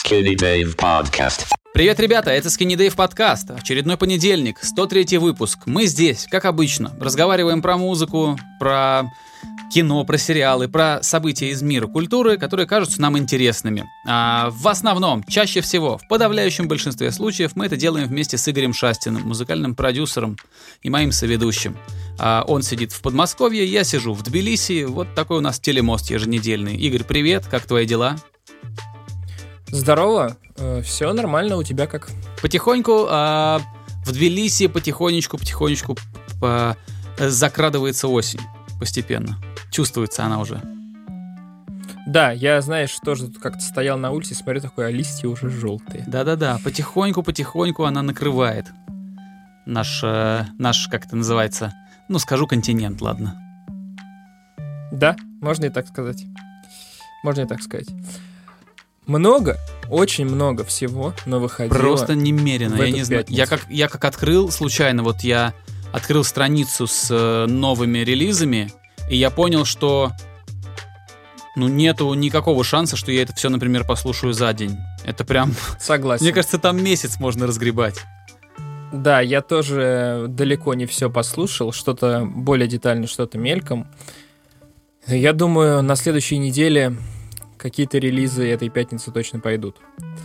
Skinny Dave Podcast. Привет, ребята, это Skinny Dave Podcast. Очередной понедельник, 103-й выпуск. Мы здесь, как обычно, разговариваем про музыку, про кино, про сериалы, про события из мира культуры, которые кажутся нам интересными. А в основном, чаще всего, в подавляющем большинстве случаев мы это делаем вместе с Игорем Шастиным, музыкальным продюсером и моим соведущим. Он сидит в Подмосковье, я сижу в Тбилиси. Вот такой у нас телемост еженедельный. Игорь, привет, как твои дела? Здорово, все нормально, у тебя как? Потихоньку в Тбилиси потихонечку закрадывается осень постепенно. Чувствуется она уже. Да, я, знаешь, тоже тут как-то стоял на улице, смотрю, такое, а листья уже желтые. Да-да-да, потихоньку она накрывает наш, как это называется, скажу континент, ладно. Да, можно и так сказать. Очень много всего, но выходило. Просто немерено, я не знаю. Я как открыл случайно, я открыл страницу с новыми релизами, и я понял, что нету никакого шанса, что я это все, например, послушаю за день. Это прям... Согласен. Мне кажется, там месяц можно разгребать. Да, я тоже далеко не все послушал, что-то более детально, что-то мельком. Я думаю, на следующей неделе какие-то релизы этой пятницы точно пойдут.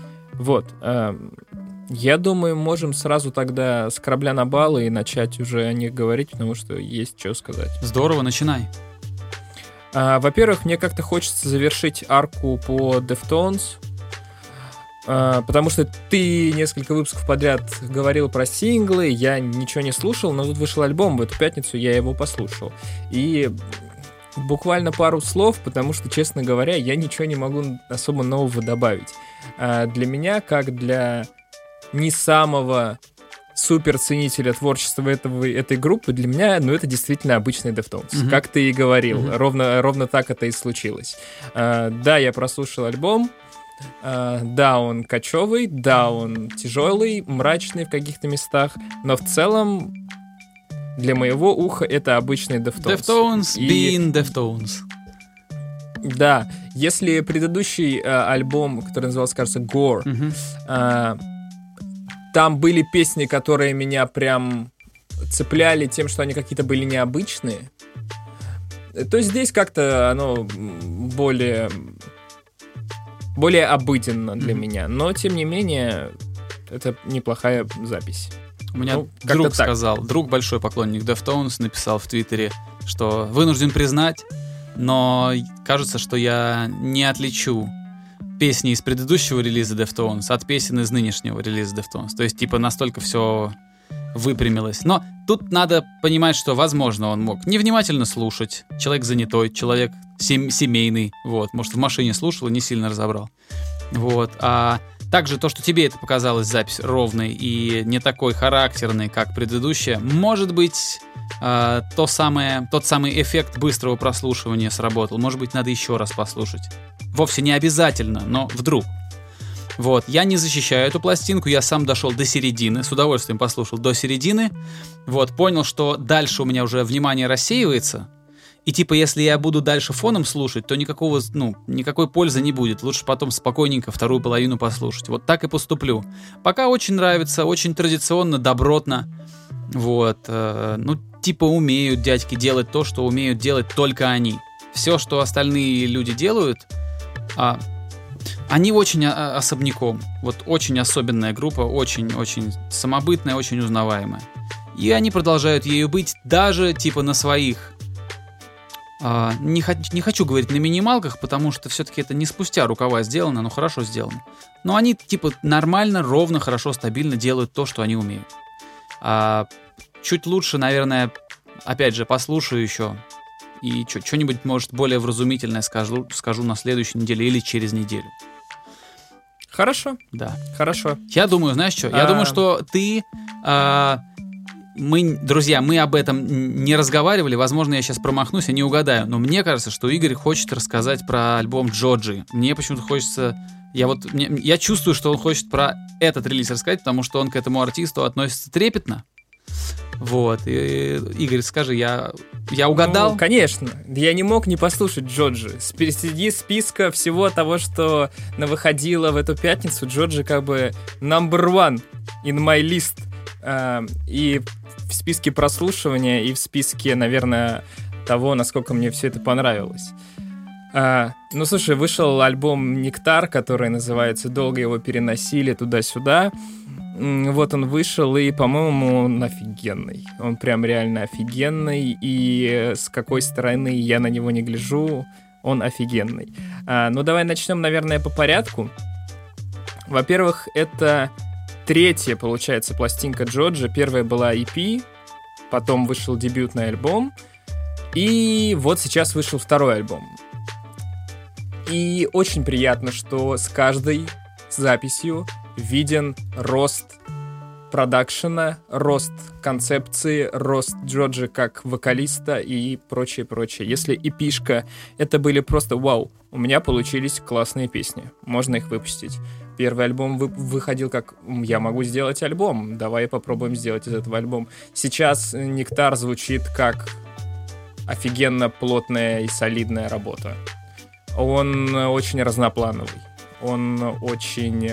Я думаю, можем сразу тогда с корабля на бал и начать уже о них говорить, потому что есть что сказать. Здорово, начинай. Во-первых, мне как-то хочется завершить арку по Deftones, потому что ты несколько выпусков подряд говорил про синглы, я ничего не слушал, но тут вышел альбом, в эту пятницу я его послушал. И буквально пару слов, потому что, честно говоря, я ничего не могу особо нового добавить. Для меня, как для не самого суперценителя творчества этой группы, для меня, это действительно обычный Deftones. Как ты и говорил, ровно так это и случилось. Да, я прослушал альбом, да, он кочевый, да, он тяжелый, мрачный в каких-то местах, но в целом для моего уха это обычный Deftones. Deftones being Deftones. Да, если предыдущий альбом, который назывался, кажется, Gore, там были песни, которые меня прям цепляли тем, что они какие-то были необычные, то здесь как-то оно более обыденно для меня. Но, тем не менее, это неплохая запись. У меня друг сказал, друг большой поклонник Deftones, написал в Твиттере, что вынужден признать, но кажется, что я не отличу песни из предыдущего релиза Deftones от песен из нынешнего релиза Deftones. То есть, настолько все выпрямилось. Но тут надо понимать, что, возможно, он мог невнимательно слушать. Человек занятой, человек семейный. Может, в машине слушал и не сильно разобрал. А также то, что тебе это показалась запись ровной и не такой характерной, как предыдущая, может быть, тот самый эффект быстрого прослушивания сработал. Может быть, надо еще раз послушать. Вовсе не обязательно, но вдруг. Я не защищаю эту пластинку, я сам дошел до середины, с удовольствием послушал до середины. Понял, что дальше у меня уже внимание рассеивается. И если я буду дальше фоном слушать, то никакой пользы не будет. Лучше потом спокойненько вторую половину послушать. Так и поступлю. Пока очень нравится, очень традиционно, добротно. Умеют дядьки делать то, что умеют делать только они. Все, что остальные люди делают, они очень особняком. Очень особенная группа, очень-очень самобытная, очень узнаваемая. И они продолжают ею быть даже на своих... Не хочу говорить на минималках, потому что все-таки это не спустя рукава сделано, но хорошо сделано. Но они нормально, ровно, хорошо, стабильно делают то, что они умеют. Чуть лучше, наверное, опять же, послушаю еще и что-нибудь, может, более вразумительное скажу на следующей неделе или через неделю. Хорошо. Да. Хорошо. Я думаю, знаешь что? Я думаю, что ты... Друзья, мы об этом не разговаривали. Возможно, я сейчас промахнусь и не угадаю. Но мне кажется, что Игорь хочет рассказать про альбом Джоджи. Мне почему-то хочется... Я чувствую, что он хочет про этот релиз рассказать, потому что он к этому артисту относится трепетно. Вот. И, Игорь, скажи, я угадал? Ну, конечно. Я не мог не послушать Джоджи. Среди списка всего того, что выходило в эту пятницу, Джоджи как бы number one in my list. И в списке прослушивания, и в списке, наверное, того, насколько мне все это понравилось. Ну, слушай, вышел альбом «Нектар», который называется «Долго его переносили туда-сюда». Вот он вышел, и, по-моему, он офигенный. Он прям реально офигенный, и с какой стороны я на него не гляжу, он офигенный. Ну, давай начнем, наверное, по порядку. Во-первых, это третья, получается, пластинка Джоджи. Первая была EP, потом вышел дебютный альбом, и вот сейчас вышел второй альбом. И очень приятно, что с каждой записью виден рост продакшена, рост концепции, рост Джоджи как вокалиста и прочее. Если эпишка это были просто вау, у меня получились классные песни, можно их выпустить. Первый альбом выходил как «я могу сделать альбом, давай попробуем сделать из этого альбом». Сейчас «Нектар» звучит как офигенно плотная и солидная работа. Он очень разноплановый, он очень...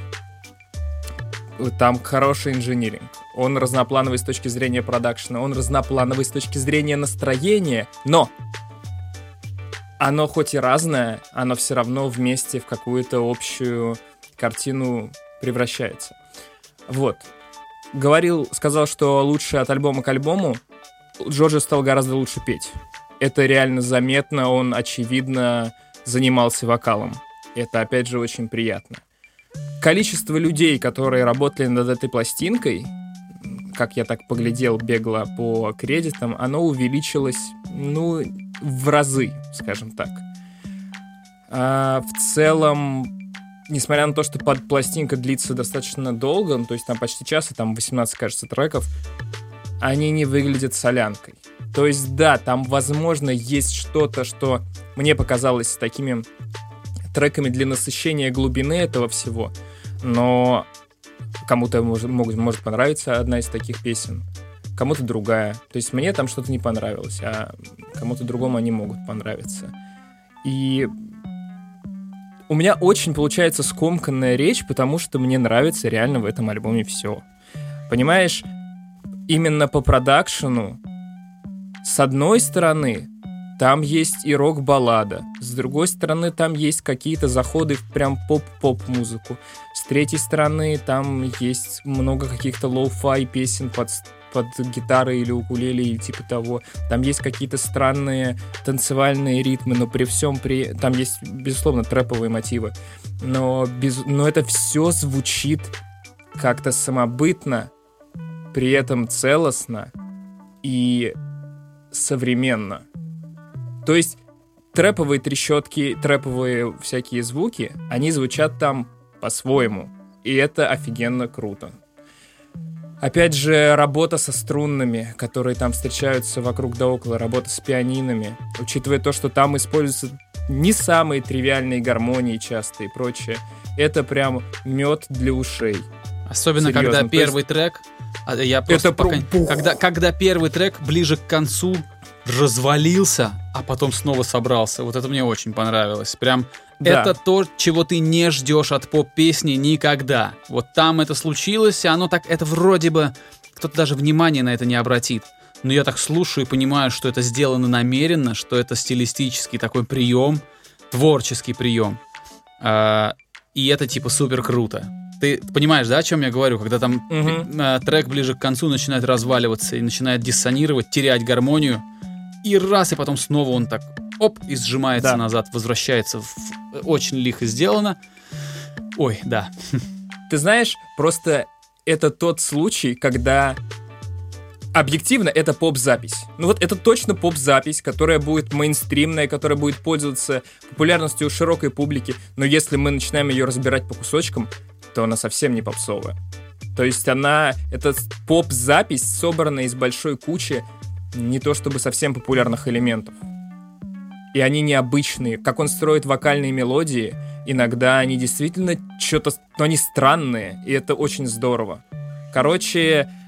Там хороший инжиниринг. Он разноплановый с точки зрения продакшена, он разноплановый с точки зрения настроения, но оно хоть и разное, оно все равно вместе в какую-то общую картину превращается. Вот. Сказал, что лучше от альбома к альбому Джоджи стал гораздо лучше петь. Это реально заметно, он, очевидно, занимался вокалом. Это, опять же, очень приятно. Количество людей, которые работали над этой пластинкой, как я так поглядел бегло по кредитам, оно увеличилось, в разы, скажем так. В целом, несмотря на то, что пластинка длится достаточно долго, то есть там почти час, и там 18, кажется, треков, они не выглядят солянкой. То есть, да, там, возможно, есть что-то, что мне показалось такими треками для насыщения глубины этого всего, но кому-то может понравиться одна из таких песен, кому-то другая. То есть мне там что-то не понравилось, а кому-то другому они могут понравиться. И у меня очень получается скомканная речь, потому что мне нравится реально в этом альбоме все. Понимаешь, именно по продакшену, с одной стороны, там есть и рок-баллада, с другой стороны, там есть какие-то заходы в прям поп-музыку, с третьей стороны, там есть много каких-то лоу-фай песен под гитары или укулеле или типа того, там есть какие-то странные танцевальные ритмы, но при всем там есть, безусловно, трэповые мотивы, но это все звучит как-то самобытно, при этом целостно и современно. То есть трэповые трещотки, трэповые всякие звуки, они звучат там по-своему. И это офигенно круто. Опять же, работа со струнными, которые там встречаются вокруг да около, работа с пианинами, учитывая то, что там используются не самые тривиальные гармонии часто и прочее. Это прям мед для ушей. Особенно, серьезно. Когда первый трек... Я просто когда первый трек ближе к концу развалился, а потом снова собрался. Вот это мне очень понравилось. Прям да. Это то, чего ты не ждешь от поп-песни никогда. Вот там это случилось, и оно так... Это вроде бы... Кто-то даже внимания на это не обратит. Но я так слушаю и понимаю, что это сделано намеренно, что это стилистический такой прием, творческий прием. И это типа супер круто. Ты понимаешь, да, о чем я говорю? Когда там трек ближе к концу начинает разваливаться и начинает диссонировать, терять гармонию, и потом снова он так, и сжимается назад, возвращается. Очень лихо сделано. Ой, да. Ты знаешь, просто это тот случай, когда объективно это поп-запись. Вот это точно поп-запись, которая будет мейнстримная, которая будет пользоваться популярностью у широкой публики. Но если мы начинаем ее разбирать по кусочкам, то она совсем не попсовая. То есть это поп-запись, собранная из большой кучи не то чтобы совсем популярных элементов. И они необычные. Как он строит вокальные мелодии, иногда они действительно что-то... Но они странные, и это очень здорово. Короче,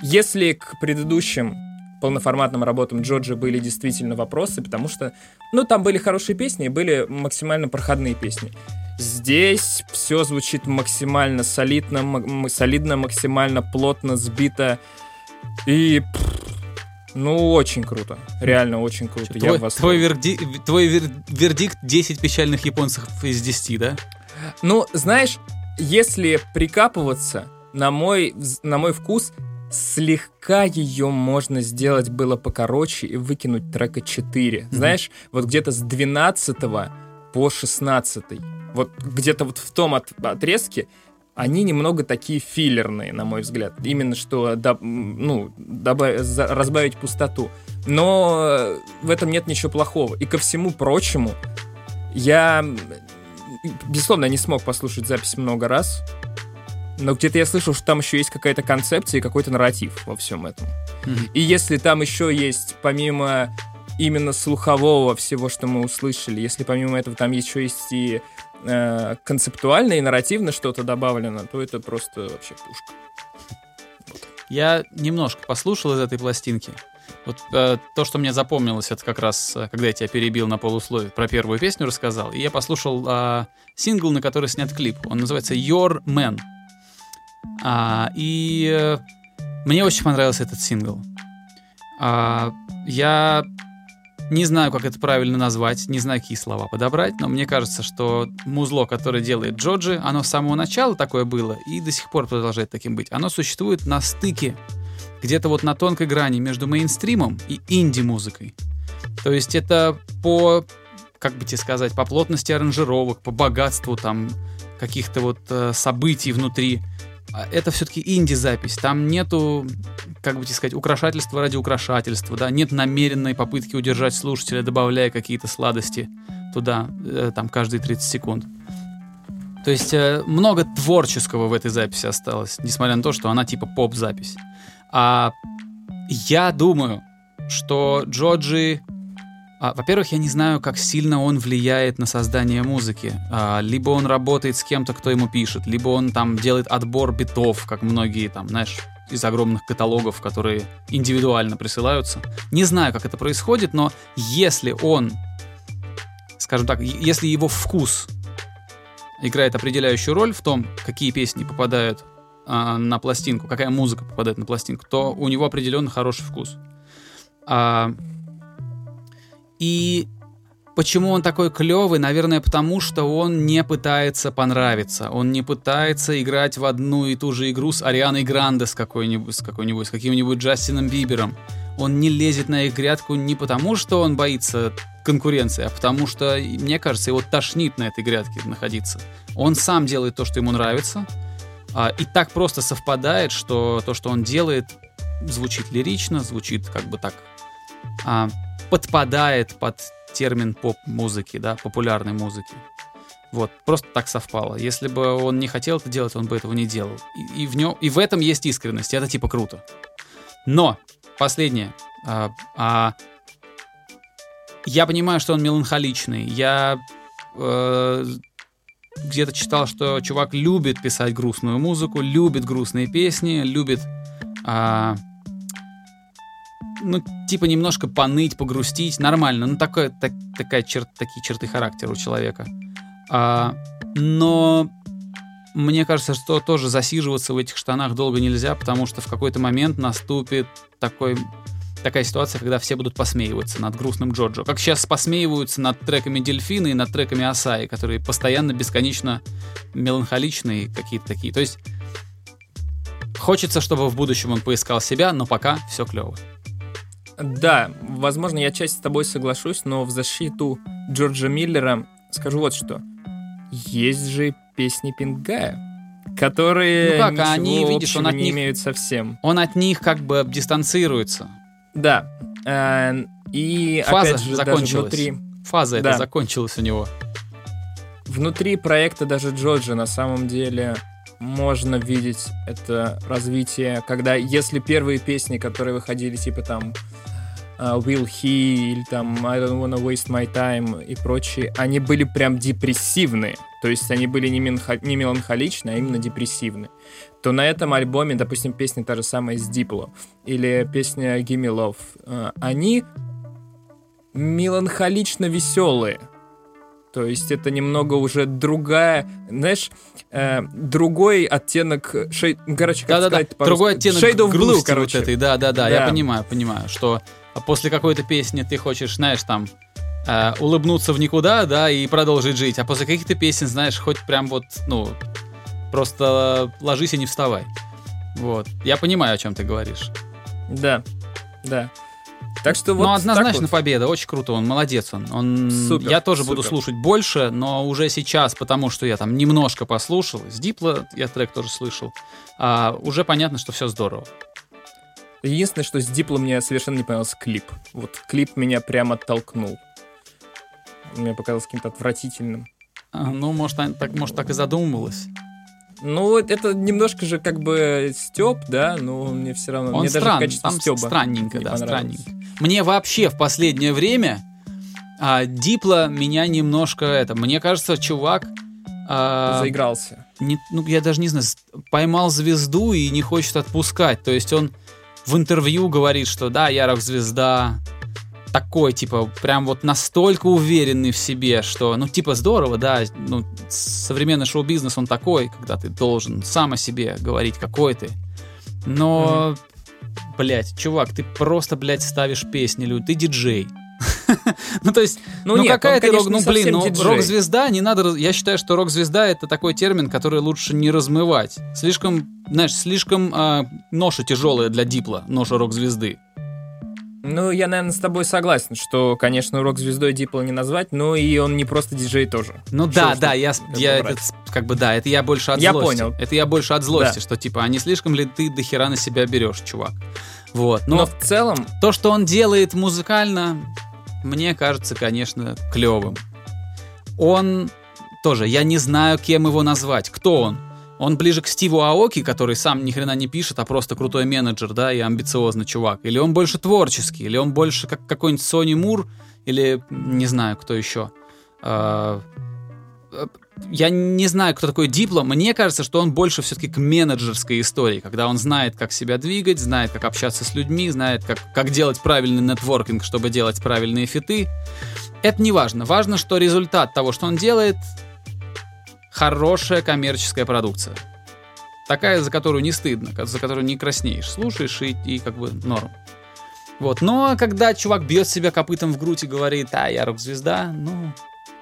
Если к предыдущим полноформатным работам Джорджа были действительно вопросы, потому что, там были хорошие песни и были максимально проходные песни. Здесь все звучит максимально солидно, максимально плотно, сбито. И, очень круто. Реально очень круто. Твой вердикт 10 печальных японцев из 10, да? Знаешь, если прикапываться, на мой вкус, слегка ее можно сделать было покороче и выкинуть трека 4. Знаешь, вот где-то с 12 по 16. Вот где-то вот в том отрезке они немного такие филлерные, на мой взгляд. Именно что разбавить пустоту. Но в этом нет ничего плохого. И ко всему прочему, я, безусловно, не смог послушать запись много раз. Но где-то я слышал, что там еще есть какая-то концепция и какой-то нарратив во всем этом. И если там еще есть, помимо именно слухового всего, что мы услышали, если помимо этого там еще есть и концептуально и нарративно что-то добавлено, то это просто вообще пушка. Я немножко послушал из этой пластинки. Вот то, что мне запомнилось, это как раз, когда я тебя перебил на полусловие, про первую песню рассказал. И я послушал сингл, на который снят клип. Он называется Your Man. И мне очень понравился этот сингл. Я не знаю, как это правильно назвать, не знаю, какие слова подобрать, но мне кажется, что музло, которое делает Джоджи, оно с самого начала такое было и до сих пор продолжает таким быть. Оно существует на стыке, где-то вот на тонкой грани между мейнстримом и инди-музыкой. То есть это по, как бы тебе сказать, по плотности аранжировок, по богатству там каких-то вот событий внутри. Это все-таки инди-запись. Там нету, как бы тебе сказать, украшательства ради украшательства, да, нет намеренной попытки удержать слушателя, добавляя какие-то сладости туда, там, каждые 30 секунд. То есть много творческого в этой записи осталось, несмотря на то, что она типа поп-запись. А я думаю, что Джоджи... Во-первых, я не знаю, как сильно он влияет на создание музыки. Либо он работает с кем-то, кто ему пишет, либо он там делает отбор битов, как многие там, знаешь, из огромных каталогов, которые индивидуально присылаются. Не знаю, как это происходит, но если он, скажем так, если его вкус играет определяющую роль в том, какие песни попадают на пластинку, какая музыка попадает на пластинку, то у него определенно хороший вкус. И почему он такой клевый? Наверное, потому что он не пытается понравиться. Он не пытается играть в одну и ту же игру с Арианой Гранде, с каким-нибудь Джастином Бибером. Он не лезет на их грядку не потому, что он боится конкуренции, а потому что, мне кажется, его тошнит на этой грядке находиться. Он сам делает то, что ему нравится, и так просто совпадает, что то, что он делает, звучит лирично, звучит как бы так... подпадает под термин поп-музыки, да, популярной музыки. Вот, просто так совпало. Если бы он не хотел это делать, он бы этого не делал. И в этом есть искренность, и это типа круто. Но, последнее. Я понимаю, что он меланхоличный. Я где-то читал, что чувак любит писать грустную музыку, любит грустные песни, любит... типа немножко поныть, погрустить, нормально. Такие черты характера у человека. Но мне кажется, что тоже засиживаться в этих штанах долго нельзя, потому что в какой-то момент наступит такая ситуация, когда все будут посмеиваться над грустным Джоджо. Как сейчас посмеиваются над треками Дельфина и над треками Асаи, которые постоянно, бесконечно меланхоличные какие-то такие. То есть хочется, чтобы в будущем он поискал себя, но пока все клево. Да, возможно, я отчасти с тобой соглашусь, но в защиту Джорджа Миллера скажу вот что. Есть же песни Пингая, которые ничего они, видишь, общего не имеют совсем. Он от них как бы дистанцируется. Да. И фаза опять же, закончилась. даже внутри... Фаза эта закончилась у него. Внутри проекта даже Джоджа на самом деле... можно видеть это развитие, когда если первые песни, которые выходили типа там Will He или там I Don't Wanna Waste My Time и прочие, они были прям депрессивные. То есть они были не меланхоличные, а именно депрессивные. То на этом альбоме, допустим, песня та же самая с Diplo или песня Gimme Love, они меланхолично веселые. То есть это немного уже другая, знаешь, другой оттенок, короче, как сказать по-русски? Другой оттенок Shade of Blue, грусти короче. вот этой, да, я понимаю, что после какой-то песни ты хочешь, знаешь, там, улыбнуться в никуда, да, и продолжить жить, а после каких-то песен, знаешь, хоть прям вот, ну, просто ложись и не вставай. Вот, я понимаю, о чем ты говоришь. Да. Так что вот. Ну, однозначно победа, очень круто, он молодец, он Супер, я тоже буду слушать больше, но уже сейчас, потому что я там немножко послушал, с Diplo я трек тоже слышал, уже понятно, что все здорово. Единственное, что с Diplo мне совершенно не понравился клип. Вот клип меня прям оттолкнул. Мне показалось каким-то отвратительным. Ну, может, так и задумывалось. Ну, это немножко же как бы стёб, да, но мне все равно... Он мне даже в странный, качестве там стёба странненько, не да, понравилось. странненько. Мне вообще в последнее время Diplo меня немножко мне кажется, чувак... Заигрался. Я даже не знаю, поймал звезду и не хочет отпускать. То есть он в интервью говорит, что да, я рок-звезда, такой, типа, прям вот настолько уверенный в себе, что, ну, типа, здорово, да, ну, современный шоу-бизнес, он такой, когда ты должен сам о себе говорить, какой ты. Но, блядь, чувак, ты просто, блядь, ставишь песни, ты диджей. Ну, то есть, нет, какая ты диджей. рок-звезда, не надо, я считаю, что рок-звезда — это такой термин, который лучше не размывать. Слишком ноша тяжелая для Diplo, ноша рок-звезды. Ну, я, наверное, с тобой согласен, что, конечно, рок-звездой Diplo не назвать, но и он не просто диджей тоже. Ну да, это я больше от злости. Я понял. Это я больше от злости, что типа, а не слишком ли ты до хера на себя берешь, чувак? Вот. Но в целом... То, что он делает музыкально, мне кажется, конечно, клевым. Он тоже, я не знаю, кем его назвать. Кто он? Он ближе к Стиву Аоки, который сам ни хрена не пишет, а просто крутой менеджер, да, и амбициозный чувак. Или он больше творческий, или он больше как какой-нибудь Сони Мур, или не знаю, кто еще. Я не знаю, кто такой Diplo. Мне кажется, что он больше все-таки к менеджерской истории, когда он знает, как себя двигать, знает, как общаться с людьми, знает, как делать правильный нетворкинг, чтобы делать правильные фиты. Это не важно. Важно, что результат того, что он делает, хорошая коммерческая продукция. Такая, за которую не стыдно, за которую не краснеешь. Слушаешь и как бы норм. Вот. Но когда чувак бьет себя копытом в грудь и говорит, я рок-звезда, ну...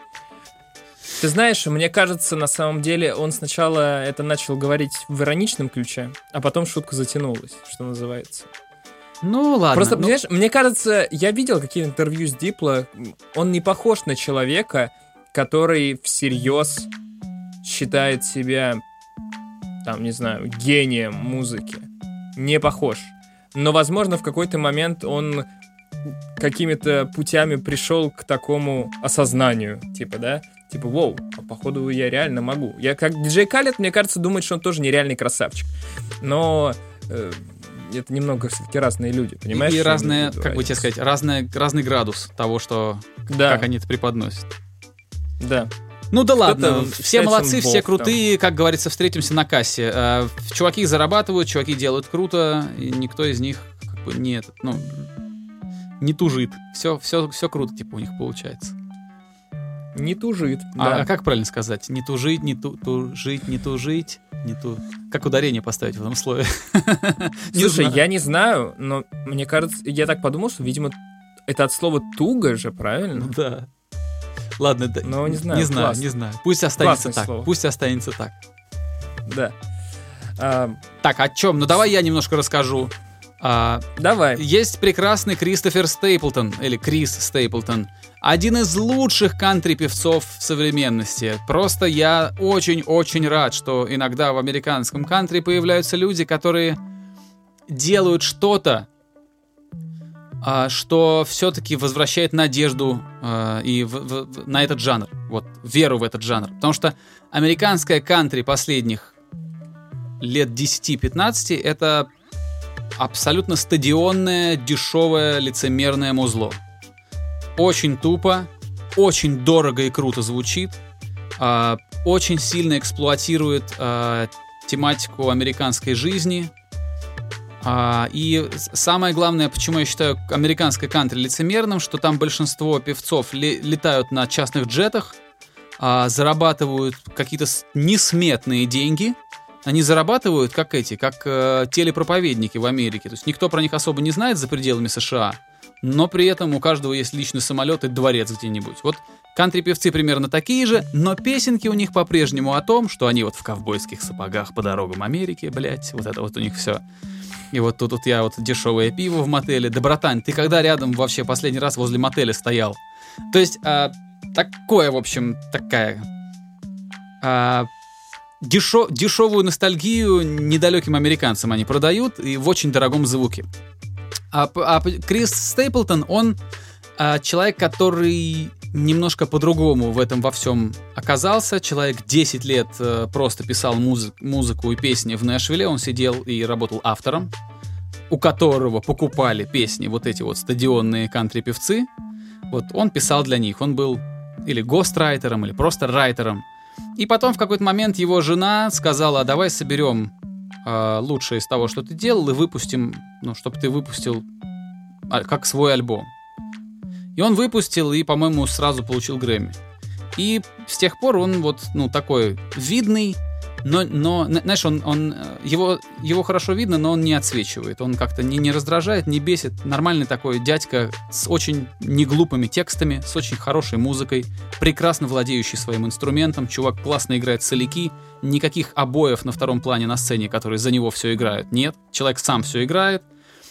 Ты знаешь, мне кажется, на самом деле он сначала это начал говорить в ироничном ключе, а потом шутка затянулась, что называется. Ну, ладно. Просто, понимаешь, мне кажется, я видел какие-то интервью с Diplo, он не похож на человека, который всерьез считает себя, там, не знаю, гением музыки. Не похож. Но, возможно, в какой-то момент он какими-то путями пришел к такому осознанию, типа, да? Типа, воу, походу я реально могу. Я как диджей Khaled, мне кажется, думает, что он тоже нереальный красавчик. Но это немного все-таки разные люди, понимаешь? И разные, как бы тебе сказать, разный градус того, что как они это преподносят. Да. Ну да ладно, все молодцы, все крутые, как говорится, встретимся на кассе. Чуваки зарабатывают, чуваки делают круто, и никто из них как бы не тужит. Все круто, типа, у них получается. Не тужит. Да. А как правильно сказать? Не тужить, не тужить, не тужить. Как ударение поставить в этом слове? Слушай, я не знаю, но мне кажется, я так подумал, что, видимо, это от слова туго же, правильно? Да. Ладно, но не знаю. Не знаю. Пусть останется так. Слово. Пусть останется так. Да. Так, о чем? Ну давай я немножко расскажу. Давай. Есть прекрасный Кристофер Стейплтон, или Крис Стейплтон. Один из лучших кантри-певцов в современности. Просто я очень-очень рад, что иногда в американском кантри появляются люди, которые делают что-то, что все-таки возвращает надежду и на этот жанр. Вот, веру в этот жанр. Потому что американское кантри последних лет 10-15 — это абсолютно стадионное, дешевое, лицемерное музло. Очень тупо, очень дорого и круто звучит, очень сильно эксплуатирует тематику американской жизни. И самое главное, почему я считаю американское кантри лицемерным, что там большинство певцов летают на частных джетах, зарабатывают какие-то несметные деньги. Они зарабатывают как телепроповедники в Америке. То есть никто про них особо не знает за пределами США, но при этом у каждого есть личный самолет и дворец где-нибудь. Вот кантри-певцы примерно такие же, но песенки у них по-прежнему о том, что они вот в ковбойских сапогах по дорогам Америки, блять, вот это вот у них все. И вот тут я вот дешевое пиво в мотеле. Да, братан, ты когда рядом вообще последний раз возле мотеля стоял? То есть такое, в общем, такая... дешевую ностальгию недалеким американцам они продают и в очень дорогом звуке. Крис Стейплтон, он человек, который немножко по-другому в этом во всем оказался. Человек 10 лет просто писал музыку и песни в Нэшвилле. Он сидел и работал автором, у которого покупали песни вот эти вот стадионные кантри-певцы. Вот он писал для них. Он был или гострайтером, или просто райтером. И потом в какой-то момент его жена сказала: давай соберем лучшее из того, что ты делал, и выпустим, чтобы ты выпустил как свой альбом. И он выпустил, и, по-моему, сразу получил Грэмми. И с тех пор он вот, такой видный, но знаешь, его хорошо видно, но он не отсвечивает. Он как-то не раздражает, не бесит. Нормальный такой дядька с очень неглупыми текстами, с очень хорошей музыкой, прекрасно владеющий своим инструментом. Чувак классно играет соляки. Никаких обоев на втором плане на сцене, которые за него все играют. Нет, человек сам все играет.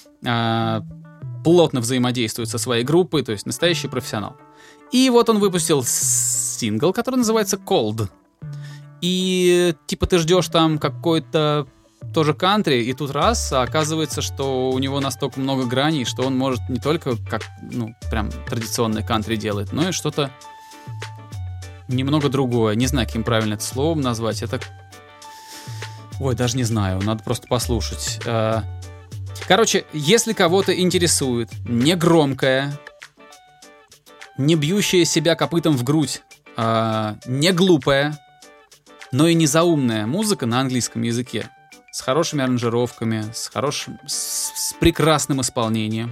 Плотно взаимодействует со своей группой, то есть настоящий профессионал. И вот он выпустил сингл, который называется Cold. И типа ты ждешь там какой-то тоже кантри, и тут раз, оказывается, что у него настолько много граней, что он может не только как, прям традиционное кантри делать, но и что-то немного другое. Не знаю, каким правильно это словом назвать. Это... Ой, даже не знаю, надо просто послушать. Короче, если кого-то интересует не громкая, не бьющая себя копытом в грудь, не глупая, но и не заумная музыка на английском языке, с хорошими аранжировками, с прекрасным исполнением,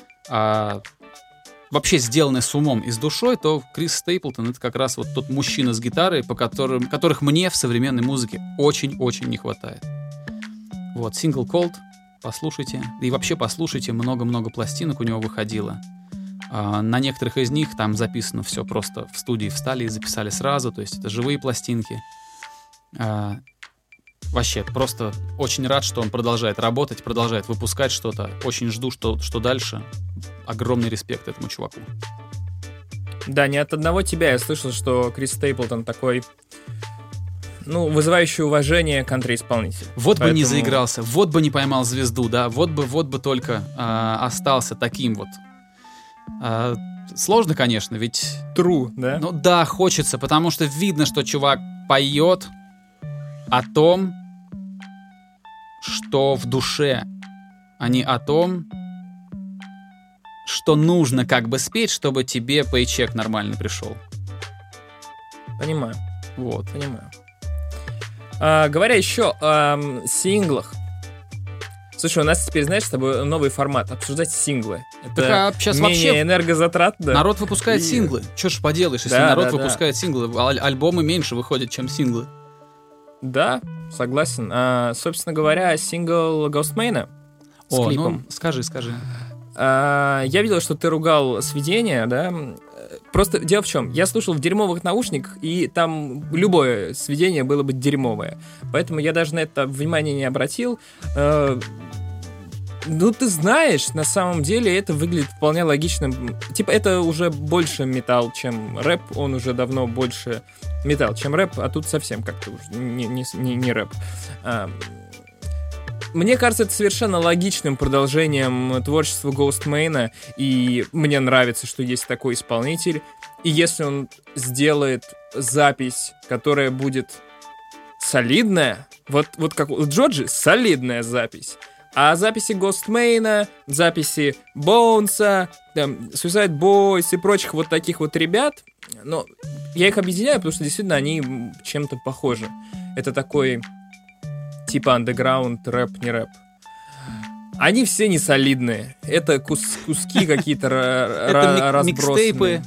вообще сделанная с умом и с душой, то Крис Стейплтон — это как раз вот тот мужчина с гитарой, которых мне в современной музыке очень-очень не хватает. Вот, сингл Cold. Послушайте. И вообще послушайте, много-много пластинок у него выходило. На некоторых из них там записано все просто в студии встали и записали сразу. То есть это живые пластинки. Вообще, просто очень рад, что он продолжает работать, продолжает выпускать что-то. Очень жду, что дальше. Огромный респект этому чуваку. Да, не от одного тебя я слышал, что Крис Стейплтон такой... вызывающий уважение кантри-исполнитель. Вот бы не заигрался, вот бы не поймал звезду, да, вот бы только остался таким вот. Сложно, конечно, ведь... True, да? Да, хочется, потому что видно, что чувак поет о том, что в душе, а не о том, что нужно как бы спеть, чтобы тебе пейчек нормально пришел. Понимаю. Вот. Понимаю. Говоря еще о синглах. Слушай, у нас теперь, знаешь, с тобой новый формат. Обсуждать синглы. Это сейчас менее вообще энергозатратно. Народ выпускает синглы. Что ж поделаешь, если народ выпускает синглы. Альбомы меньше выходят, чем синглы. Да, согласен. Собственно говоря, сингл Ghostmane с клипом. Скажи. Я видел, что ты ругал сведения, да? Просто дело в чем, я слушал в дерьмовых наушниках, и там любое сведение было бы дерьмовое. Поэтому я даже на это внимание не обратил. Ты знаешь, на самом деле это выглядит вполне логичным. Типа, это уже больше металл, чем рэп. Он уже давно больше металл, чем рэп, а тут совсем как-то уже не рэп. Мне кажется, это совершенно логичным продолжением творчества Ghostmane, и мне нравится, что есть такой исполнитель. И если он сделает запись, которая будет солидная, вот как у Джоджи, солидная запись, А записи Ghostmane, записи Боунса, Suicide Boys и прочих вот таких вот ребят, но я их объединяю, потому что действительно они чем-то похожи. Это такой типа андеграунд, рэп, не рэп. Они все не солидные. Это куски какие-то разбросанные. Микстейпы,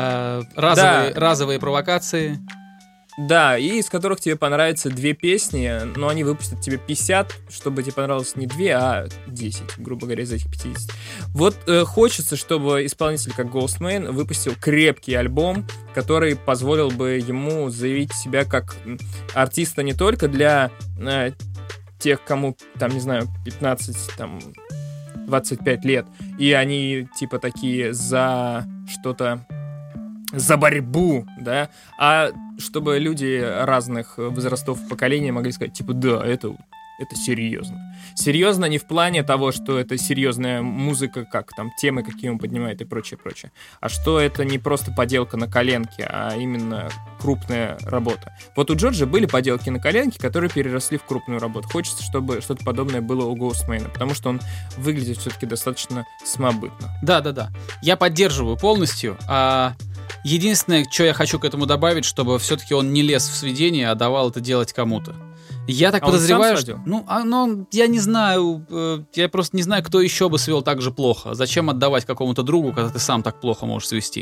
разовые провокации. Да, и из которых тебе понравятся 2 песни, но они выпустят тебе 50, чтобы тебе понравилось не 2, а 10, грубо говоря, из этих 50. Вот хочется, чтобы исполнитель, как Ghostmane, выпустил крепкий альбом, который позволил бы ему заявить себя как артиста не только для тех, кому, там, не знаю, 15, там, 25 лет, и они, типа, такие за что-то, за борьбу, да, а чтобы люди разных возрастов, поколений могли сказать, типа, да, это серьезно. Серьезно не в плане того, что это серьезная музыка, как там темы, какие он поднимает и прочее, а что это не просто поделка на коленке, а именно крупная работа. Вот у Джорджа были поделки на коленке, которые переросли в крупную работу. Хочется, чтобы что-то подобное было у Ghostmane, потому что он выглядит все-таки достаточно самобытно. Да. Я поддерживаю полностью. Единственное, что я хочу к этому добавить, чтобы все-таки он не лез в сведение, а давал это делать кому-то. Я так подозреваю, что... я не знаю, я просто не знаю, кто еще бы свел так же плохо. Зачем отдавать какому-то другу, когда ты сам так плохо можешь свести?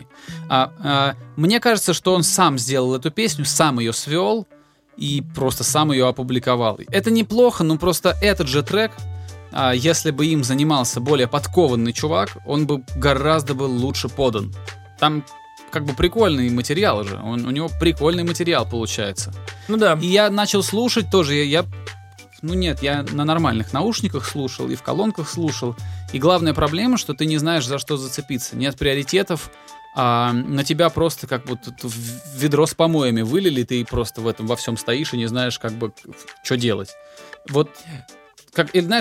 Мне кажется, что он сам сделал эту песню, сам ее свел и просто сам ее опубликовал. Это неплохо, но просто этот же трек, если бы им занимался более подкованный чувак, он бы гораздо был лучше подан. Там как бы прикольный материал же. У него прикольный материал получается. Ну да. И я начал слушать тоже. Я на нормальных наушниках слушал и в колонках слушал. И главная проблема, что ты не знаешь, за что зацепиться. Нет приоритетов. На тебя просто как будто ведро с помоями вылили, ты просто во всем стоишь и не знаешь, как бы, что делать. Вот. Или знаешь,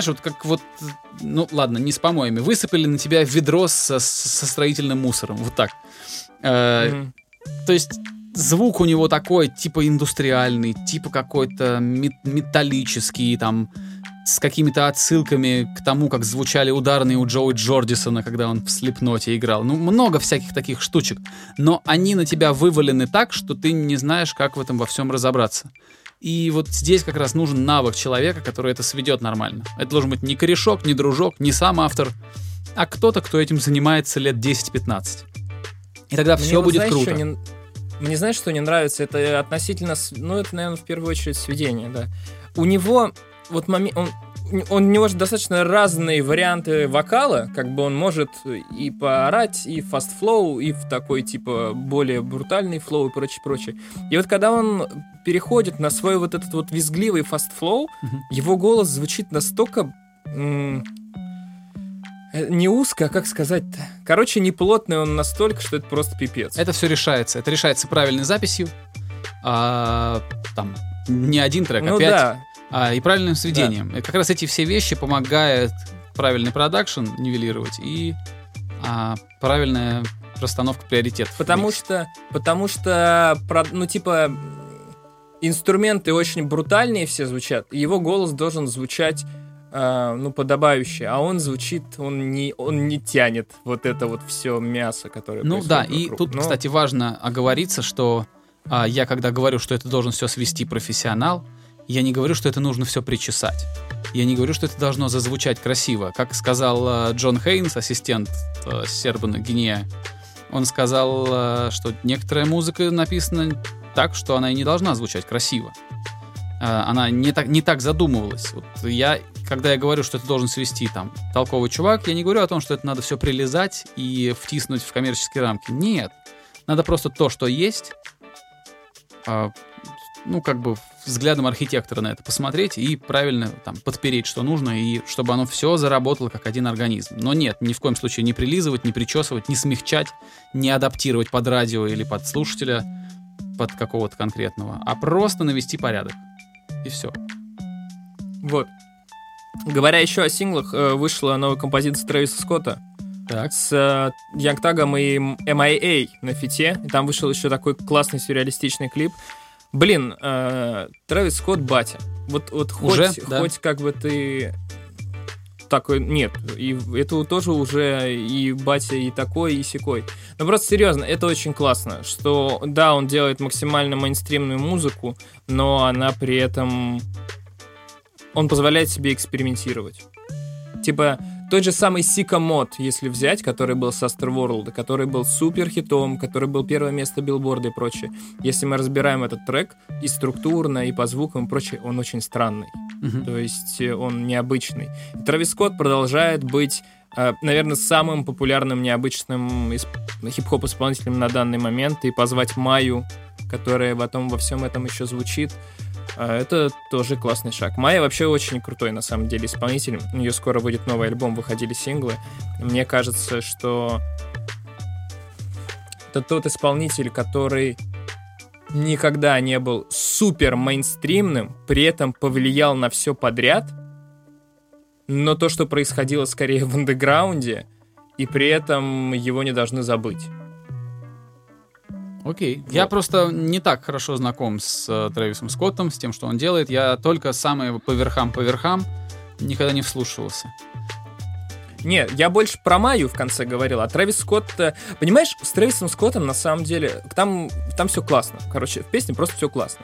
ладно, не с помоями. Высыпали на тебя ведро со строительным мусором. Вот так. То есть звук у него такой, типа индустриальный, типа какой-то металлический, там, с какими-то отсылками к тому, как звучали ударные у Джоуи Джордисона, когда он в Слипноте играл. Много всяких таких штучек. Но они на тебя вывалены так, что ты не знаешь, как в этом во всем разобраться. И вот здесь как раз нужен навык человека, который это сведет нормально. Это должен быть не корешок, не дружок, не сам автор, а кто-то, кто этим занимается лет 10-15. И тогда все будет круто. Мне знаешь, что не нравится? Это относительно... это, наверное, в первую очередь сведение, да. У него... у него же достаточно разные варианты вокала, как бы он может и поорать, и fast flow, и в такой, типа, более брутальный флоу и прочее. И вот когда он переходит на свой вот этот вот визгливый fast flow, его голос звучит настолько... не узко, а как сказать-то? Короче, не плотный он настолько, что это просто пипец. Это все решается. Это решается правильной записью. Там не один трек, а 5. Да. И правильным сведением. Да. И как раз эти все вещи помогают правильный продакшн нивелировать и правильная расстановка приоритетов. Потому что инструменты очень брутальные все звучат, и его голос должен звучать подобающе, а он звучит, он не тянет вот это вот все мясо, которое происходит вокруг. И тут, кстати, важно оговориться, что я когда говорю, что это должен все свести профессионал, я не говорю, что это нужно все причесать. Я не говорю, что это должно зазвучать красиво. Как сказал Джон Хейнс, ассистент Сербана Гинея, он сказал, что некоторая музыка написана так, что она и не должна звучать красиво. Она не так задумывалась. Когда я говорю, что это должен свести там толковый чувак, я не говорю о том, что это надо все прилизать и втиснуть в коммерческие рамки. Нет. Надо просто то, что есть, взглядом архитектора на это посмотреть и правильно там подпереть, что нужно, и чтобы оно все заработало как один организм. Но нет, ни в коем случае не прилизывать, не причесывать, не смягчать, не адаптировать под радио или под слушателя, под какого-то конкретного, а просто навести порядок. И все. Вот. Говоря еще о синглах, вышла новая композиция Трэвиса Скотта. Так. С Янг Тагом и MIA на фите. И там вышел еще такой классный сюрреалистичный клип. Блин, Трэвис Скотт батя. Вот хоть как бы ты... такой, нет, и это тоже уже и батя, и такой, и сякой. Но просто серьезно, это очень классно, что, да, он делает максимально мейнстримную музыку, но она при этом... Он позволяет себе экспериментировать. Типа, тот же самый Sicko Mode, если взять, который был с Astroworld, который был супер хитом, который был первое место билборда и прочее. Если мы разбираем этот трек и структурно, и по звукам и прочее, он очень странный. То есть он необычный. И Трэвис Скотт продолжает быть, наверное, самым популярным необычным хип-хоп исполнителем на данный момент. И позвать Майю, которая потом во всем этом еще звучит, это тоже классный шаг. Майя вообще очень крутой, на самом деле, исполнитель. У нее скоро выйдет новый альбом, выходили синглы. Мне кажется, что это тот исполнитель, который никогда не был супер мейнстримным, при этом повлиял на все подряд, но то, что происходило скорее в андеграунде, и при этом его не должны забыть. Окей. Вот. Я просто не так хорошо знаком с Трэвисом Скоттом, с тем, что он делает. Я только самые по верхам никогда не вслушивался. Не, я больше про Майю в конце говорил, а Трэвис Скотт... Понимаешь, с Трэвисом Скоттом на самом деле... Там все классно. Короче, в песне просто все классно.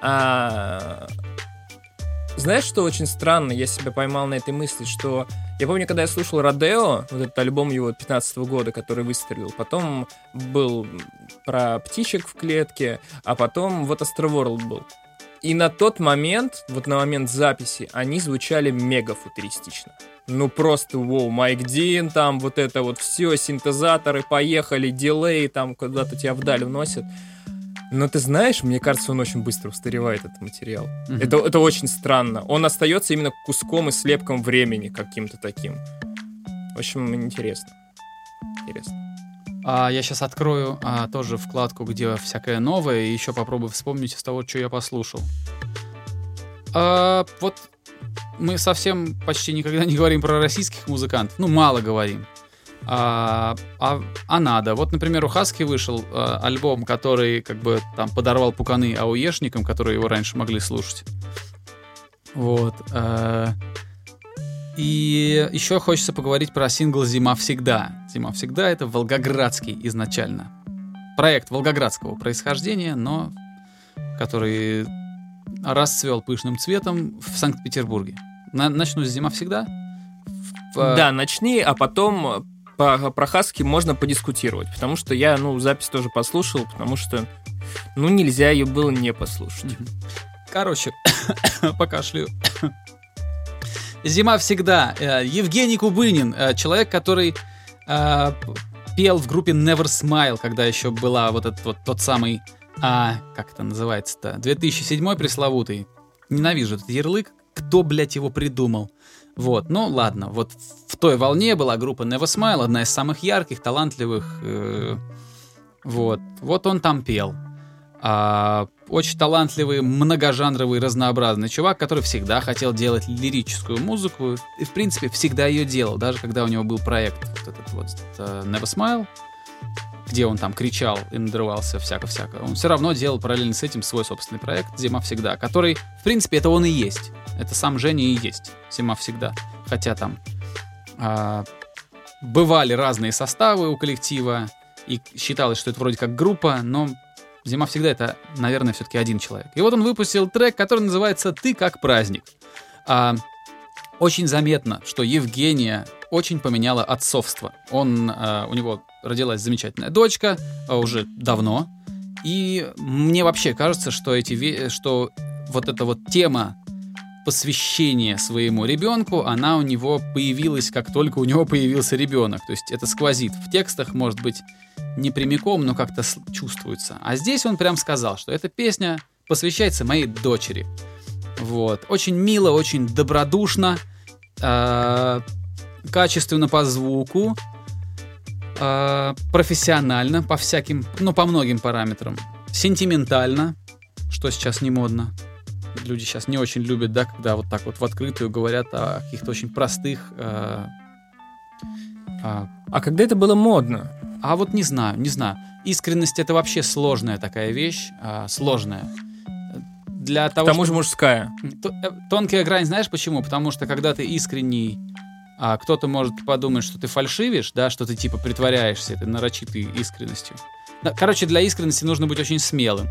Знаешь, что очень странно? Я себя поймал на этой мысли, что... Я помню, когда я слушал Родео, вот этот альбом его 15-го года, который выстрелил, потом был про птичек в клетке, а потом вот Astroworld был. И на тот момент, вот на момент записи, они звучали мега футуристично. Ну просто, воу, Майк Дин, там вот это вот все, синтезаторы, поехали, дилей, там куда-то тебя вдаль уносят. Но ты знаешь, мне кажется, он очень быстро устаревает, этот материал. Это очень странно. Он остается именно куском и слепком времени каким-то таким. В общем, интересно. Я сейчас открою тоже вкладку, где всякое новое, и еще попробую вспомнить из того, что я послушал. Вот мы совсем почти никогда не говорим про российских музыкантов. Ну, мало говорим. Надо. Вот, например, у Хаски вышел альбом, который как бы там подорвал пуканы ауешникам, которые его раньше могли слушать. Вот. И еще хочется поговорить про сингл «Зима всегда». «Зима всегда» — это волгоградский изначально. Проект волгоградского происхождения, но который расцвел пышным цветом в Санкт-Петербурге. Начну с «Зима всегда». Да, начни, а потом... Про Хаски можно подискутировать, потому что я, запись тоже послушал, потому что, нельзя ее было не послушать. Короче, покашляю. «Зима всегда». Евгений Кубынин, человек, который пел в группе Never Smile, когда еще была вот этот вот тот самый, как это называется-то, 2007 пресловутый. Ненавижу этот ярлык. Кто, блядь, его придумал? Вот, ладно, вот в той волне была группа Never Smile, одна из самых ярких, талантливых, вот он там пел. Очень талантливый, многожанровый, разнообразный чувак, который всегда хотел делать лирическую музыку, и, в принципе, всегда ее делал, даже когда у него был проект вот этот вот Never Smile, где он там кричал и надрывался всяко-всяко, он все равно делал параллельно с этим свой собственный проект «Зима всегда», который, в принципе, это он и есть. Это сам Женя и есть «Зима всегда». Хотя там бывали разные составы у коллектива, и считалось, что это вроде как группа, но «Зима всегда» — это, наверное, все-таки один человек. И вот он выпустил трек, который называется «Ты как праздник». Очень заметно, что Евгения очень поменяла отцовство. У него родилась замечательная дочка уже давно, и мне вообще кажется, что что вот эта вот тема посвящения своему ребенку, она у него появилась, как только у него появился ребенок. То есть это сквозит в текстах, может быть, не прямиком, но как-то чувствуется. А здесь он прям сказал, что эта песня посвящается моей дочери. Вот. Очень мило, очень добродушно, качественно по звуку, профессионально по всяким, по многим параметрам, сентиментально, что сейчас не модно. Люди сейчас не очень любят, да, когда вот так вот в открытую говорят о каких-то очень простых... А когда это было модно? А вот не знаю. Искренность — это вообще сложная такая вещь, сложная. Для того, к тому же мужская. Тонкая грань, знаешь почему? Потому что когда ты искренний А кто-то может подумать, что ты фальшивишь, да, что ты типа притворяешься этой нарочитой искренностью. Короче, для искренности нужно быть очень смелым.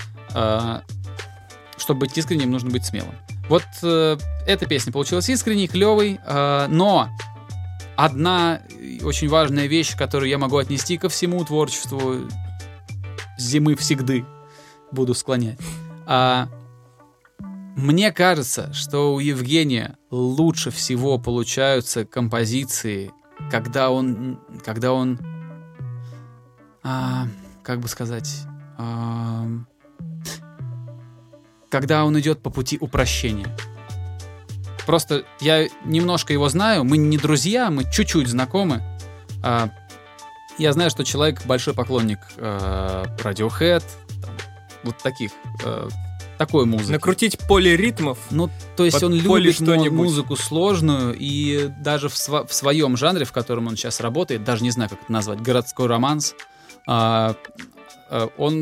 Чтобы быть искренним, нужно быть смелым. Вот эта песня получилась искренней, клевой, но одна очень важная вещь, которую я могу отнести ко всему творчеству «Зимы всегда» буду склонять. Мне кажется, что у Евгения лучше всего получаются композиции, когда он как бы сказать, когда он идет по пути упрощения. Просто я немножко его знаю, мы не друзья, мы чуть-чуть знакомы. Я знаю, что человек большой поклонник Radiohead, вот такой музыки. Накрутить поле ритмов. Ну, то есть он любит музыку сложную, и даже в своем жанре, в котором он сейчас работает, даже не знаю, как это назвать, городской романс, он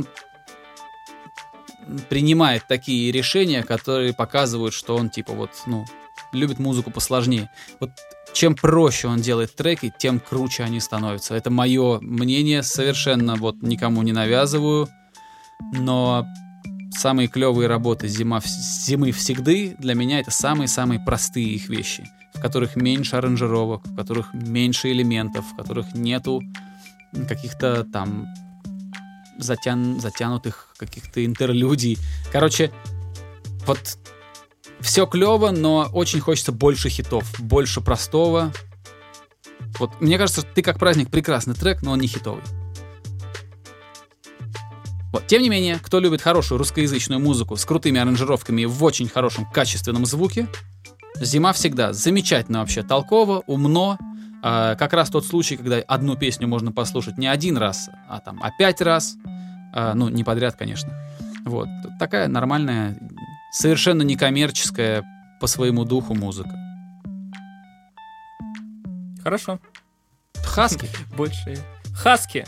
принимает такие решения, которые показывают, что он типа вот, любит музыку посложнее. Вот чем проще он делает треки, тем круче они становятся. Это мое мнение, совершенно вот никому не навязываю, но самые клевые работы «Зимы всегда» для меня это самые-самые простые их вещи, в которых меньше аранжировок, в которых меньше элементов, в которых нету каких-то там затянутых каких-то интерлюдий. Короче, вот все клево, но очень хочется больше хитов, больше простого. Вот мне кажется, «Ты как праздник» прекрасный трек, но он не хитовый. Вот. Тем не менее, кто любит хорошую русскоязычную музыку с крутыми аранжировками в очень хорошем качественном звуке, «Зима всегда» замечательно вообще, толково, умно. Как раз тот случай, когда одну песню можно послушать не один раз, а 5 раз. Не подряд, конечно. Вот. Такая нормальная, совершенно некоммерческая по своему духу музыка. Хорошо. Хаски. Больше. Хаски.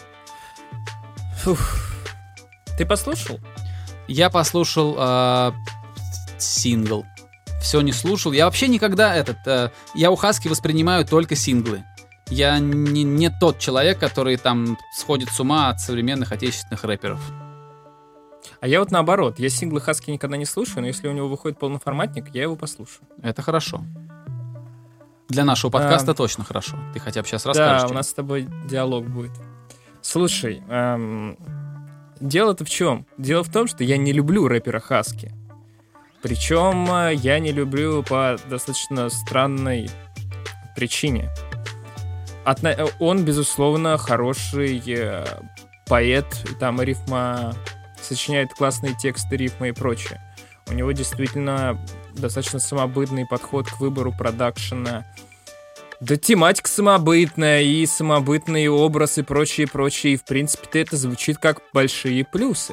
Ты послушал? Я послушал сингл. Все не слушал. Я вообще никогда я у Хаски воспринимаю только синглы. Я не тот человек, который там сходит с ума от современных отечественных рэперов. А я вот наоборот. Я синглы Хаски никогда не слушаю, но если у него выходит полноформатник, я его послушаю. Это хорошо. Для нашего подкаста точно хорошо. Ты хотя бы сейчас расскажешь. Да, у нас с тобой диалог будет. Слушай, дело-то в чем? Дело в том, что я не люблю рэпера Хаски. Причем я не люблю по достаточно странной причине. Он, безусловно, хороший поэт, там сочиняет классные тексты, рифмы и прочее. У него действительно достаточно самобытный подход к выбору продакшена. Да тематика самобытная, и самобытный образ, и прочее. И, в принципе, это звучит как большие плюсы.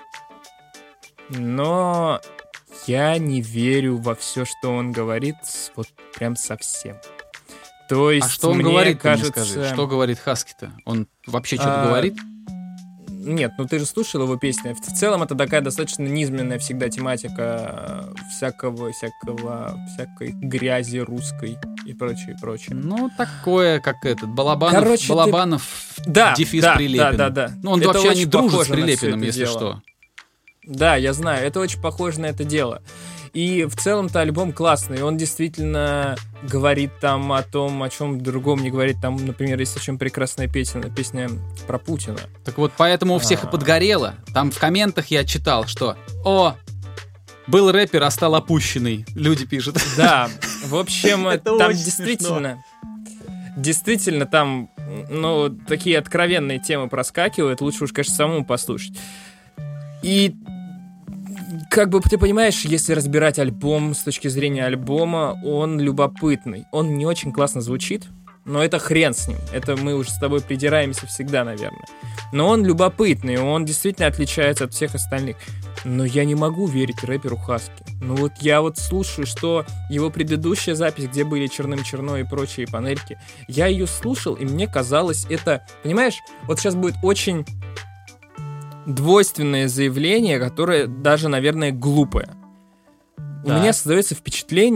Но я не верю во все, что он говорит, вот прям совсем. То есть, что он мне говорит, кажется... мне скажи? Что говорит Хаски-то? Он вообще что-то говорит? Нет, ты же слушал его песни. В целом это такая достаточно низменная всегда тематика всякой грязи русской и прочее. Такое, как Балабанов, дефис Прилепин. Да. Он это вообще не дружит с Прилепиным, если дело. Что. Да, я знаю, это очень похоже на это дело. И в целом-то альбом классный, он действительно говорит там о том, о чем другом не говорит. Там, например, есть очень прекрасная песня про Путина. Так вот, поэтому у всех и подгорело. Там в комментах я читал, что был рэпер, а стал опущенный. Люди пишут. Да, в общем, там действительно там, такие откровенные темы проскакивают. Лучше уж, конечно, самому послушать. И как бы ты понимаешь, если разбирать альбом с точки зрения альбома, он любопытный. Он не очень классно звучит, но это хрен с ним. Это мы уже с тобой придираемся всегда, наверное. Но он любопытный, он действительно отличается от всех остальных. Но я не могу верить рэперу Хаски. Я слушаю, что его предыдущая запись, где были черным-черно и прочие панельки, я ее слушал, и мне казалось это... Понимаешь, вот сейчас будет очень... двойственное заявление, которое даже, наверное, глупое. У меня создается впечатление,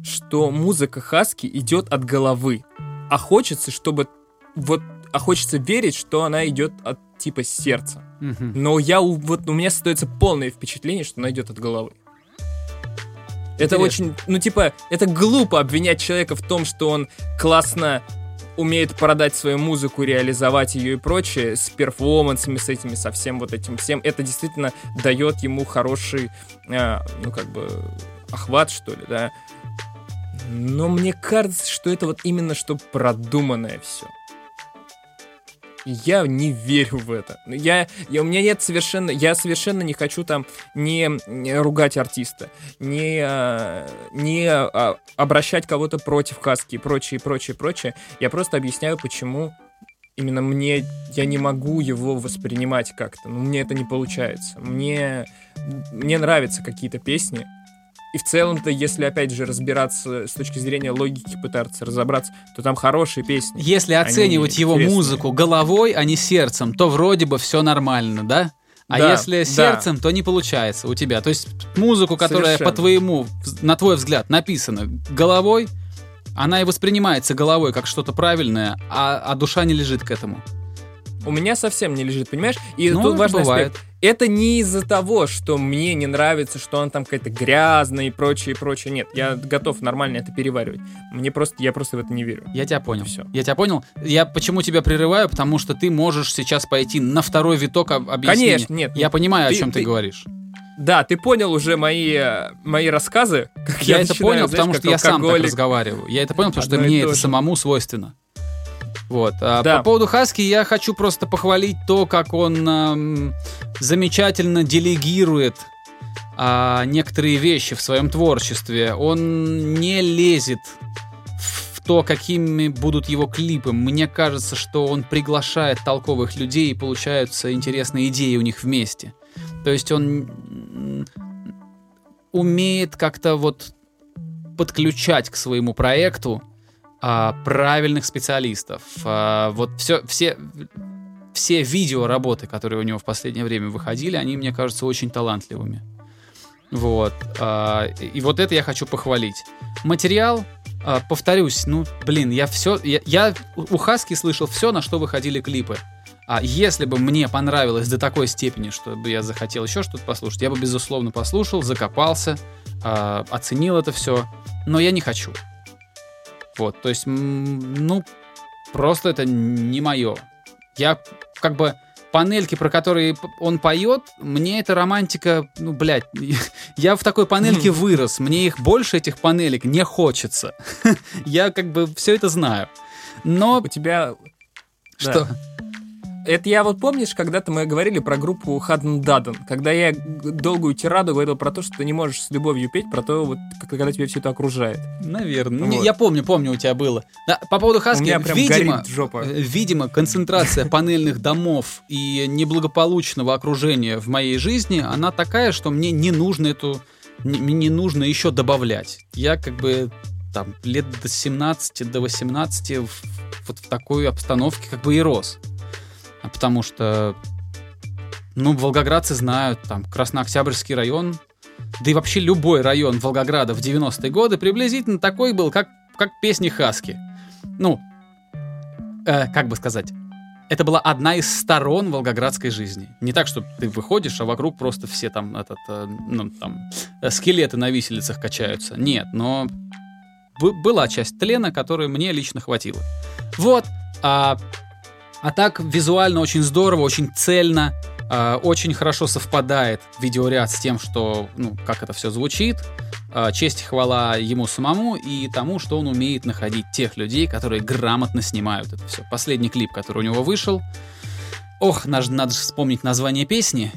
что музыка Хаски идет от головы, а хочется, хочется верить, что она идет от типа сердца. Но у меня создается полное впечатление, что она идет от головы. Это очень, это глупо обвинять человека в том, что он классно умеет продать свою музыку, реализовать ее и прочее, с перформансами, с этими, со всем вот этим всем. Это действительно дает ему хороший, охват, что ли, да. Но мне кажется, что это вот именно что продуманное все. Я не верю в это. У меня нет совершенно... Я совершенно не хочу там не ругать артиста, не обращать кого-то против Хаски и прочее. Я просто объясняю, почему именно я не могу его воспринимать как-то. Мне это не получается. Мне нравятся какие-то песни. И в целом-то, если, опять же, разбираться с точки зрения логики, пытаться разобраться, то там хорошие песни. Если оценивать его музыку головой, а не сердцем, то вроде бы все нормально, да? А если сердцем, то не получается у тебя. То есть музыку, которая на твой взгляд, написана головой, она и воспринимается головой как что-то правильное, а душа не лежит к этому. У меня совсем не лежит, понимаешь? И тут важный аспект. Это не из-за того, что мне не нравится, что он там какая-то грязная и прочее. Нет, я готов нормально это переваривать. Я просто в это не верю. Я тебя понял. Все. Я тебя понял. Я почему тебя прерываю? Потому что ты можешь сейчас пойти на второй виток объяснения. Конечно, нет. Я понимаю, о чем ты говоришь. Да, ты понял уже мои рассказы. Как я это понял, потому что я сам так разговариваю. Я это понял, потому что мне это самому свойственно. Вот. По поводу Хаски я хочу просто похвалить то, как он замечательно делегирует некоторые вещи в своем творчестве. Он не лезет в то, какими будут его клипы. Мне кажется, что он приглашает толковых людей, и получаются интересные идеи у них вместе. То есть он умеет как-то вот подключать к своему проекту правильных специалистов. Вот все видеоработы, которые у него в последнее время выходили, они, мне кажутся, очень талантливыми. Вот. И вот это я хочу похвалить. Материал, повторюсь, я у Хаски слышал все, на что выходили клипы. А если бы мне понравилось до такой степени, чтобы я захотел еще что-то послушать, я бы, безусловно, послушал, закопался, оценил это все. Но я не хочу. Вот, то есть, просто это не мое. Я, панельки, про которые он поет, мне эта романтика, я в такой панельке вырос, мне их больше, этих панелек, не хочется. Я все это знаю. Но... У тебя... Что? Да. Это я помнишь, когда-то мы говорили про группу Hadden Dudden, когда я долгую тираду говорил про то, что ты не можешь с любовью петь, про то, когда тебя все это окружает. Наверное. Вот. Я помню, у тебя было. Да, по поводу Хаски, у меня прям горит жопа. Видимо, концентрация панельных домов и неблагополучного окружения в моей жизни, она такая, что мне не нужно еще добавлять. Я лет до 17, до 18 вот в такой обстановке и рос. Потому что, волгоградцы знают, Краснооктябрьский район, да и вообще любой район Волгограда в 90-е годы приблизительно такой был, как песни Хаски. Как бы сказать, это была одна из сторон волгоградской жизни. Не так, что ты выходишь, а вокруг просто все скелеты на виселицах качаются. Нет, но была часть тлена, которой мне лично хватило. Вот, а так визуально очень здорово, очень цельно, очень хорошо совпадает видеоряд с тем, что, как это все звучит. Честь и хвала ему самому и тому, что он умеет находить тех людей, которые грамотно снимают это все. Последний клип, который у него вышел. Надо же вспомнить название песни.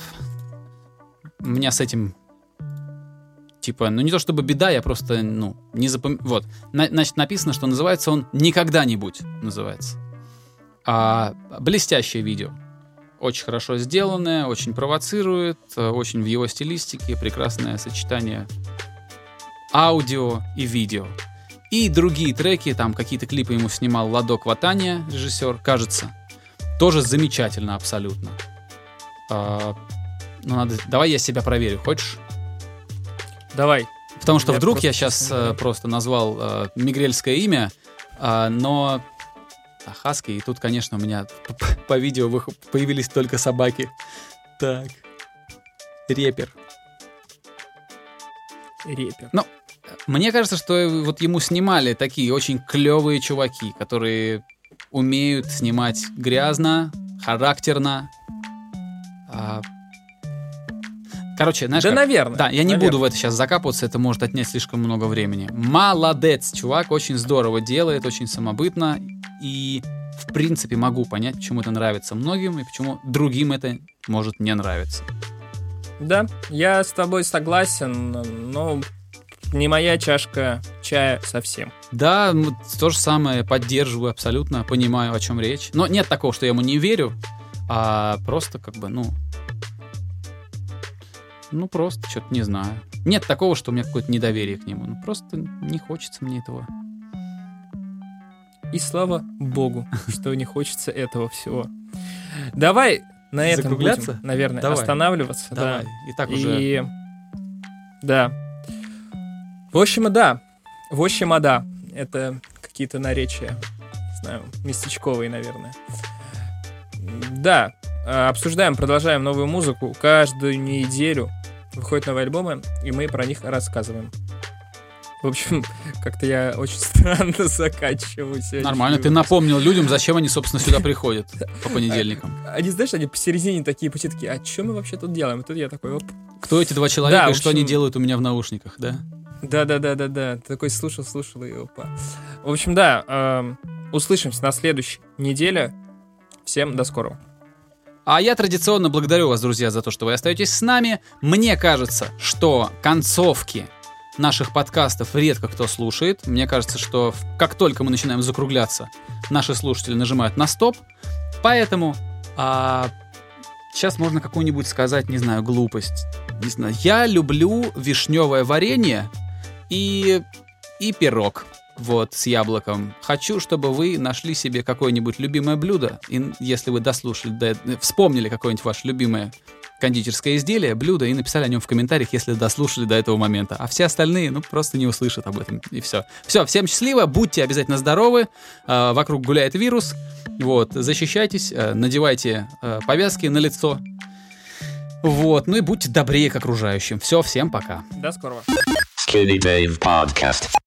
У меня с этим... не то чтобы беда, я просто, не запомнил. Вот. Значит, написано, что называется он «Никогда-нибудь» называется. Блестящее видео. Очень хорошо сделанное, очень провоцирует, очень в его стилистике, прекрасное сочетание аудио и видео. И другие треки, какие-то клипы ему снимал Ладо Кватания, режиссер, кажется. Тоже замечательно абсолютно. Давай я себя проверю, хочешь? Давай. Потому что вдруг я сейчас просто назвал мигрельское имя, но хаски, и тут, конечно, у меня по видео появились только собаки. Так. Репер. Ну, мне кажется, что вот ему снимали такие очень клевые чуваки, которые умеют снимать грязно, характерно. Короче, знаешь, да, как? Наверное. Да, я не буду в это сейчас закапываться, это может отнять слишком много времени. Молодец, чувак, очень здорово делает, очень самобытно, и в принципе могу понять, почему это нравится многим, и почему другим это может не нравиться. Да, я с тобой согласен, но не моя чашка чая совсем. Да, то же самое, поддерживаю абсолютно, понимаю, о чем речь. Но нет такого, что я ему не верю, а просто как бы, просто что-то не знаю. Нет такого, что у меня какое-то недоверие к нему. Просто не хочется мне этого. И слава богу, что не хочется этого всего. Давай на этом будем, наверное, останавливаться. Давай. И так уже. Да. В общем, да. Это какие-то наречия, не знаю, местечковые, наверное. Да. Обсуждаем, продолжаем новую музыку. Каждую неделю выходят новые альбомы, и мы про них рассказываем. В общем, как-то я очень странно заканчиваю сегодня. Нормально, ты напомнил людям, зачем они, собственно, сюда приходят по понедельникам. Они, знаешь, они посередине такие посетки, а что мы вообще тут делаем? И тут я такой, оп. Кто эти два человека, и что они делают у меня в наушниках, да? Да. Ты такой слушал, и опа. В общем, да, услышимся на следующей неделе. Всем до скорого. А я традиционно благодарю вас, друзья, за то, что вы остаетесь с нами. Мне кажется, что концовки наших подкастов редко кто слушает. Мне кажется, что как только мы начинаем закругляться, наши слушатели нажимают на стоп. Поэтому сейчас можно какую-нибудь сказать, не знаю, глупость. Не знаю. Я люблю вишневое варенье и пирог. Вот, с яблоком. Хочу, чтобы вы нашли себе какое-нибудь любимое блюдо. И если вы дослушали, вспомнили какое-нибудь ваше любимое кондитерское изделие, блюдо, и написали о нем в комментариях, если дослушали до этого момента. А все остальные, просто не услышат об этом. И все. Все, всем счастливо, будьте обязательно здоровы. Вокруг гуляет вирус. Вот, защищайтесь, надевайте повязки на лицо. Вот, и будьте добрее к окружающим. Все, всем пока. До скорого. Skinny Dave Podcast.